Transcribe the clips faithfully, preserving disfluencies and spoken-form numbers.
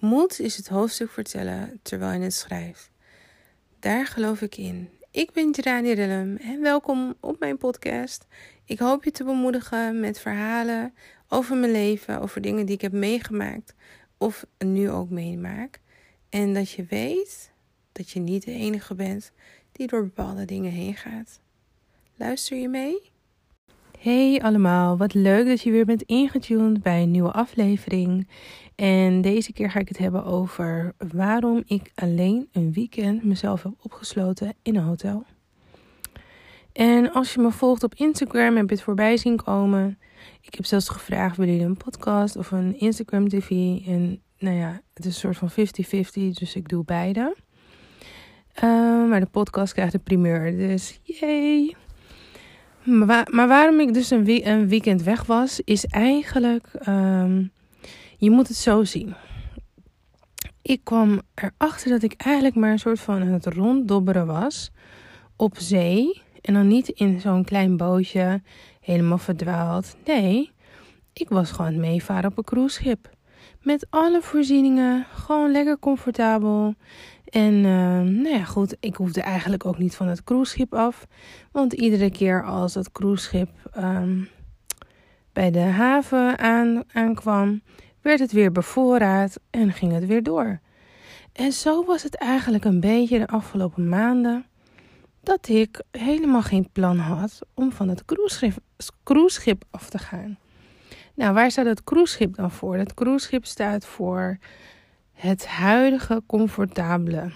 Moed is het hoofdstuk vertellen terwijl je het schrijft. Daar geloof ik in. Ik ben Gerani Rillem en welkom op mijn podcast. Ik hoop je te bemoedigen met verhalen over mijn leven, over dingen die ik heb meegemaakt of nu ook meemaak. En dat je weet dat je niet de enige bent die door bepaalde dingen heen gaat. Luister je mee? Hey allemaal, wat leuk dat je weer bent ingetuned bij een nieuwe aflevering. En deze keer ga ik het hebben over waarom ik alleen een weekend mezelf heb opgesloten in een hotel. En als je me volgt op Instagram, heb je het voorbij zien komen. Ik heb zelfs gevraagd, willen jullie een podcast of een Instagram T V? En nou ja, het is een soort van vijftig vijftig, dus ik doe beide. Uh, maar de podcast krijgt de primeur, dus yay! Maar, wa- maar waarom ik dus een, we- een weekend weg was, is eigenlijk, um, je moet het zo zien. Ik kwam erachter dat ik eigenlijk maar een soort van het ronddobberen was op zee. En dan niet in zo'n klein bootje, helemaal verdwaald. Nee, ik was gewoon het meevaren op een cruiseschip. Met alle voorzieningen, gewoon lekker comfortabel. En uh, nou ja, goed, ik hoefde eigenlijk ook niet van het cruiseschip af. Want iedere keer als dat cruiseschip um, bij de haven aan, aankwam, werd het weer bevoorraad en ging het weer door. En zo was het eigenlijk een beetje de afgelopen maanden dat ik helemaal geen plan had om van het cruiseschip, cruiseschip af te gaan. Nou, waar staat het cruiseschip dan voor? Het cruiseschip staat voor het huidige comfortabele.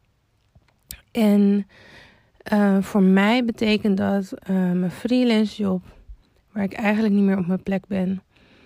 En uh, voor mij betekent dat uh, mijn freelance job, waar ik eigenlijk niet meer op mijn plek ben.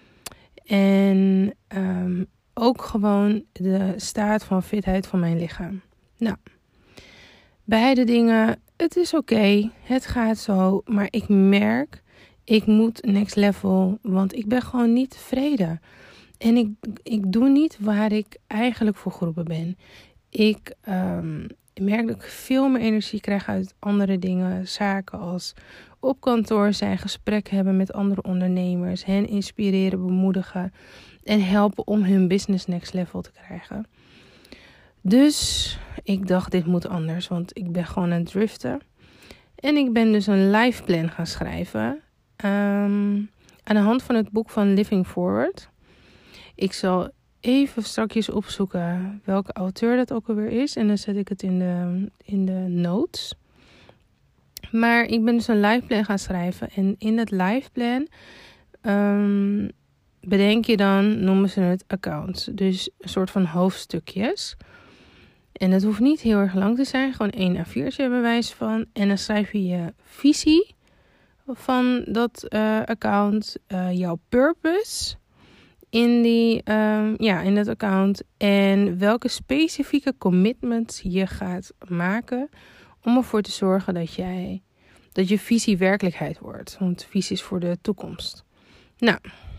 En um, ook gewoon de staat van fitheid van mijn lichaam. Nou, beide dingen, het is oké, okay, het gaat zo, maar ik merk, ik moet next level, want ik ben gewoon niet tevreden. En ik, ik doe niet waar ik eigenlijk voor geroepen ben. Ik um, merk dat ik veel meer energie krijg uit andere dingen. Zaken als op kantoor zijn, gesprekken hebben met andere ondernemers. Hen inspireren, bemoedigen en helpen om hun business next level te krijgen. Dus ik dacht, dit moet anders, want ik ben gewoon aan het driften. En ik ben dus een life plan gaan schrijven. Um, aan de hand van het boek van Living Forward. Ik zal even strakjes opzoeken welke auteur dat ook alweer is. En dan zet ik het in de, in de notes. Maar ik ben dus een lifeplan gaan schrijven. En in dat lifeplan um, bedenk je dan, noemen ze het accounts. Dus een soort van hoofdstukjes. En het hoeft niet heel erg lang te zijn. Gewoon één A viertje bewijs van. En dan schrijf je je visie van dat uh, account. Uh, jouw purpose in, die, um, ja, in dat account. En welke specifieke commitments je gaat maken om ervoor te zorgen dat, jij, dat je visie werkelijkheid wordt. Want visie is voor de toekomst. Nou.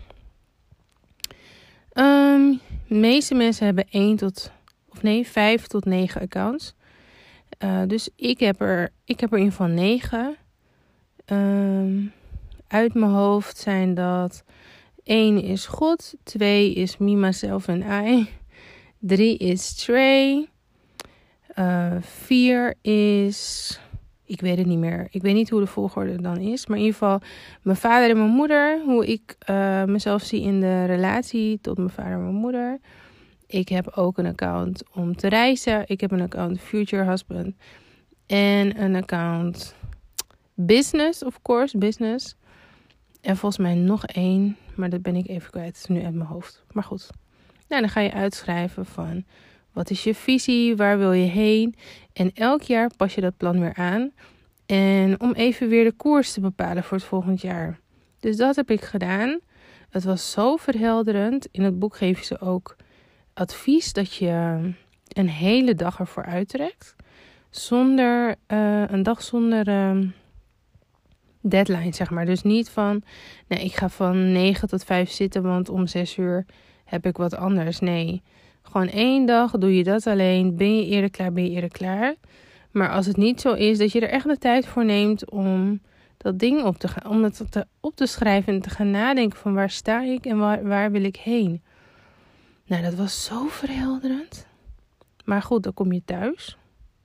Um, de meeste mensen hebben één tot, of nee, vijf tot negen accounts. Uh, dus ik heb er, ik heb er in van negen. Um, uit mijn hoofd zijn dat één is God, twee is me, myself en I, drie is Trey, uh, vier is, ik weet het niet meer, ik weet niet hoe de volgorde dan is, maar in ieder geval mijn vader en mijn moeder, hoe ik uh, mezelf zie in de relatie tot mijn vader en mijn moeder. Ik heb ook een account om te reizen, ik heb een account Future Husband en een account Business, of course, Business. En volgens mij nog één, maar dat ben ik even kwijt. Het is nu uit mijn hoofd. Maar goed. Nou, dan ga je uitschrijven van wat is je visie, waar wil je heen. En elk jaar pas je dat plan weer aan. En om even weer de koers te bepalen voor het volgend jaar. Dus dat heb ik gedaan. Het was zo verhelderend. In het boek geven ze ook advies dat je een hele dag ervoor uittrekt. Zonder, uh, een dag zonder Uh, deadline, zeg maar. Dus niet van, nee, ik ga van negen tot vijf zitten, want om zes uur heb ik wat anders. Nee, gewoon één dag doe je dat alleen. Ben je eerder klaar, ben je eerder klaar. Maar als het niet zo is, dat je er echt de tijd voor neemt om dat ding op te gaan, om het te, op te schrijven en te gaan nadenken van waar sta ik en waar, waar wil ik heen. Nou, dat was zo verhelderend. Maar goed, dan kom je thuis.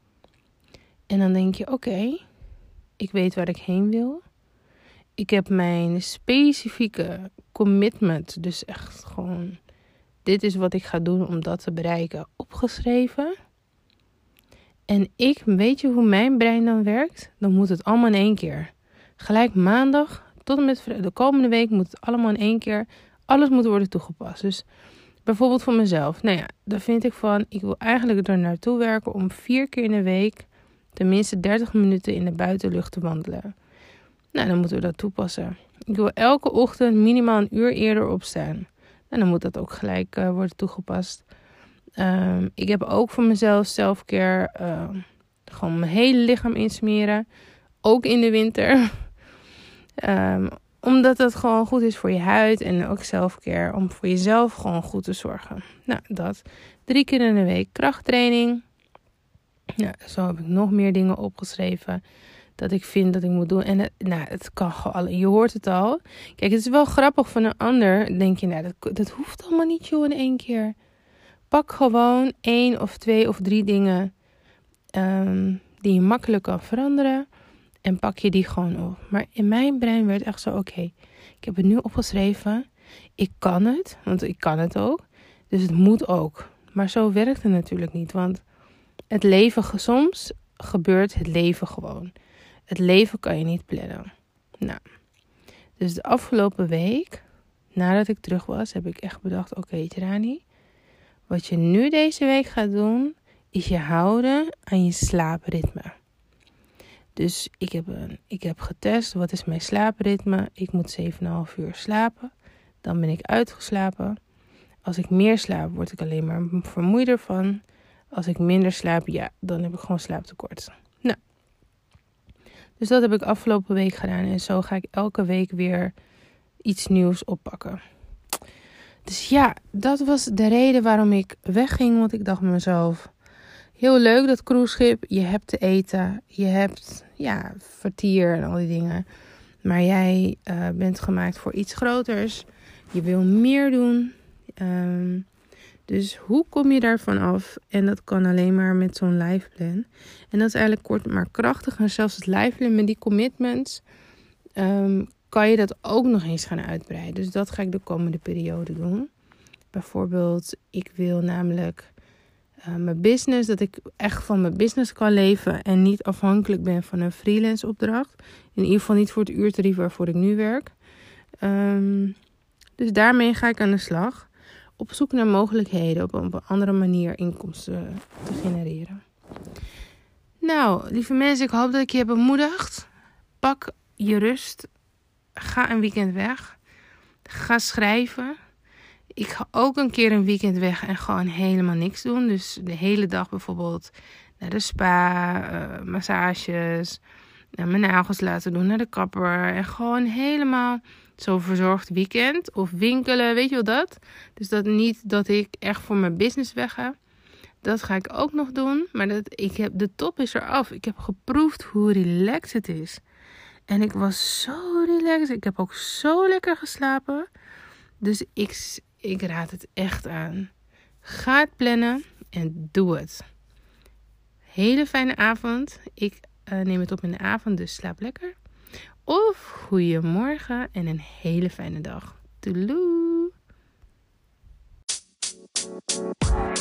En dan denk je, oké, okay, ik weet waar ik heen wil. Ik heb mijn specifieke commitment, dus echt gewoon, dit is wat ik ga doen om dat te bereiken, opgeschreven. En ik, weet je hoe mijn brein dan werkt? Dan moet het allemaal in één keer. Gelijk maandag tot en met de komende week moet het allemaal in één keer. Alles moet worden toegepast. Dus bijvoorbeeld voor mezelf. Nou ja, dan vind ik van, ik wil eigenlijk er naartoe werken om vier keer in de week tenminste dertig minuten in de buitenlucht te wandelen. Nou, dan moeten we dat toepassen. Ik wil elke ochtend minimaal een uur eerder opstaan. En dan moet dat ook gelijk uh, worden toegepast. Um, ik heb ook voor mezelf selfcare. Uh, gewoon mijn hele lichaam insmeren. Ook in de winter. um, omdat dat gewoon goed is voor je huid. En ook selfcare. Om voor jezelf gewoon goed te zorgen. Nou, dat. Drie keer in de week krachttraining. Nou, zo heb ik nog meer dingen opgeschreven. Dat ik vind dat ik moet doen. En het, nou, het kan gewoon. Je hoort het al. Kijk, het is wel grappig van een ander. Denk je, nou, dat, dat hoeft allemaal niet, joh, in één keer. Pak gewoon één of twee of drie dingen um, die je makkelijk kan veranderen. En pak je die gewoon op. Maar in mijn brein werd echt zo, oké, okay, ik heb het nu opgeschreven. Ik kan het, want ik kan het ook. Dus het moet ook. Maar zo werkt het natuurlijk niet. Want het leven, soms gebeurt het leven gewoon. Het leven kan je niet plannen. Nou, dus de afgelopen week, nadat ik terug was, heb ik echt bedacht, oké, okay, Tjirani, wat je nu deze week gaat doen, is je houden aan je slaapritme. Dus ik heb, een, ik heb getest, wat is mijn slaapritme? Ik moet zeven komma vijf uur slapen. Dan ben ik uitgeslapen. Als ik meer slaap, word ik alleen maar vermoeider van. Als ik minder slaap, ja, dan heb ik gewoon slaaptekort. Nou, dus dat heb ik afgelopen week gedaan. En zo ga ik elke week weer iets nieuws oppakken. Dus ja, dat was de reden waarom ik wegging. Want ik dacht bij mezelf, heel leuk dat cruiseschip. Je hebt te eten. Je hebt, ja, vertier en al die dingen. Maar jij uh, bent gemaakt voor iets groters. Je wil meer doen. Um, dus hoe kom je daarvan af? En dat kan alleen maar met zo'n lifeplan. En dat is eigenlijk kort maar krachtig. En zelfs het lifeplan met die commitments Um, kan je dat ook nog eens gaan uitbreiden. Dus dat ga ik de komende periode doen. Bijvoorbeeld, ik wil namelijk uh, mijn business, dat ik echt van mijn business kan leven en niet afhankelijk ben van een freelance opdracht. In ieder geval niet voor het uurtarief waarvoor ik nu werk. Um, dus daarmee ga ik aan de slag. Op zoek naar mogelijkheden om op een andere manier inkomsten te genereren. Nou, lieve mensen, ik hoop dat ik je heb bemoedigd. Pak je rust. Ga een weekend weg. Ga schrijven. Ik ga ook een keer een weekend weg en gewoon helemaal niks doen. Dus de hele dag bijvoorbeeld naar de spa, uh, massages, uh, mijn nagels laten doen, naar de kapper. En gewoon helemaal zo'n verzorgd weekend. Of winkelen, weet je wel dat? Dus dat niet dat ik echt voor mijn business weg ga. Dat ga ik ook nog doen. Maar dat, ik heb, de top is eraf. Ik heb geproefd hoe relaxed het is. En ik was zo relaxed. Ik heb ook zo lekker geslapen. Dus ik, ik raad het echt aan. Ga het plannen en doe het. Hele fijne avond. Ik uh, neem het op in de avond, dus slaap lekker. Of goeiemorgen en een hele fijne dag. Toedeloe.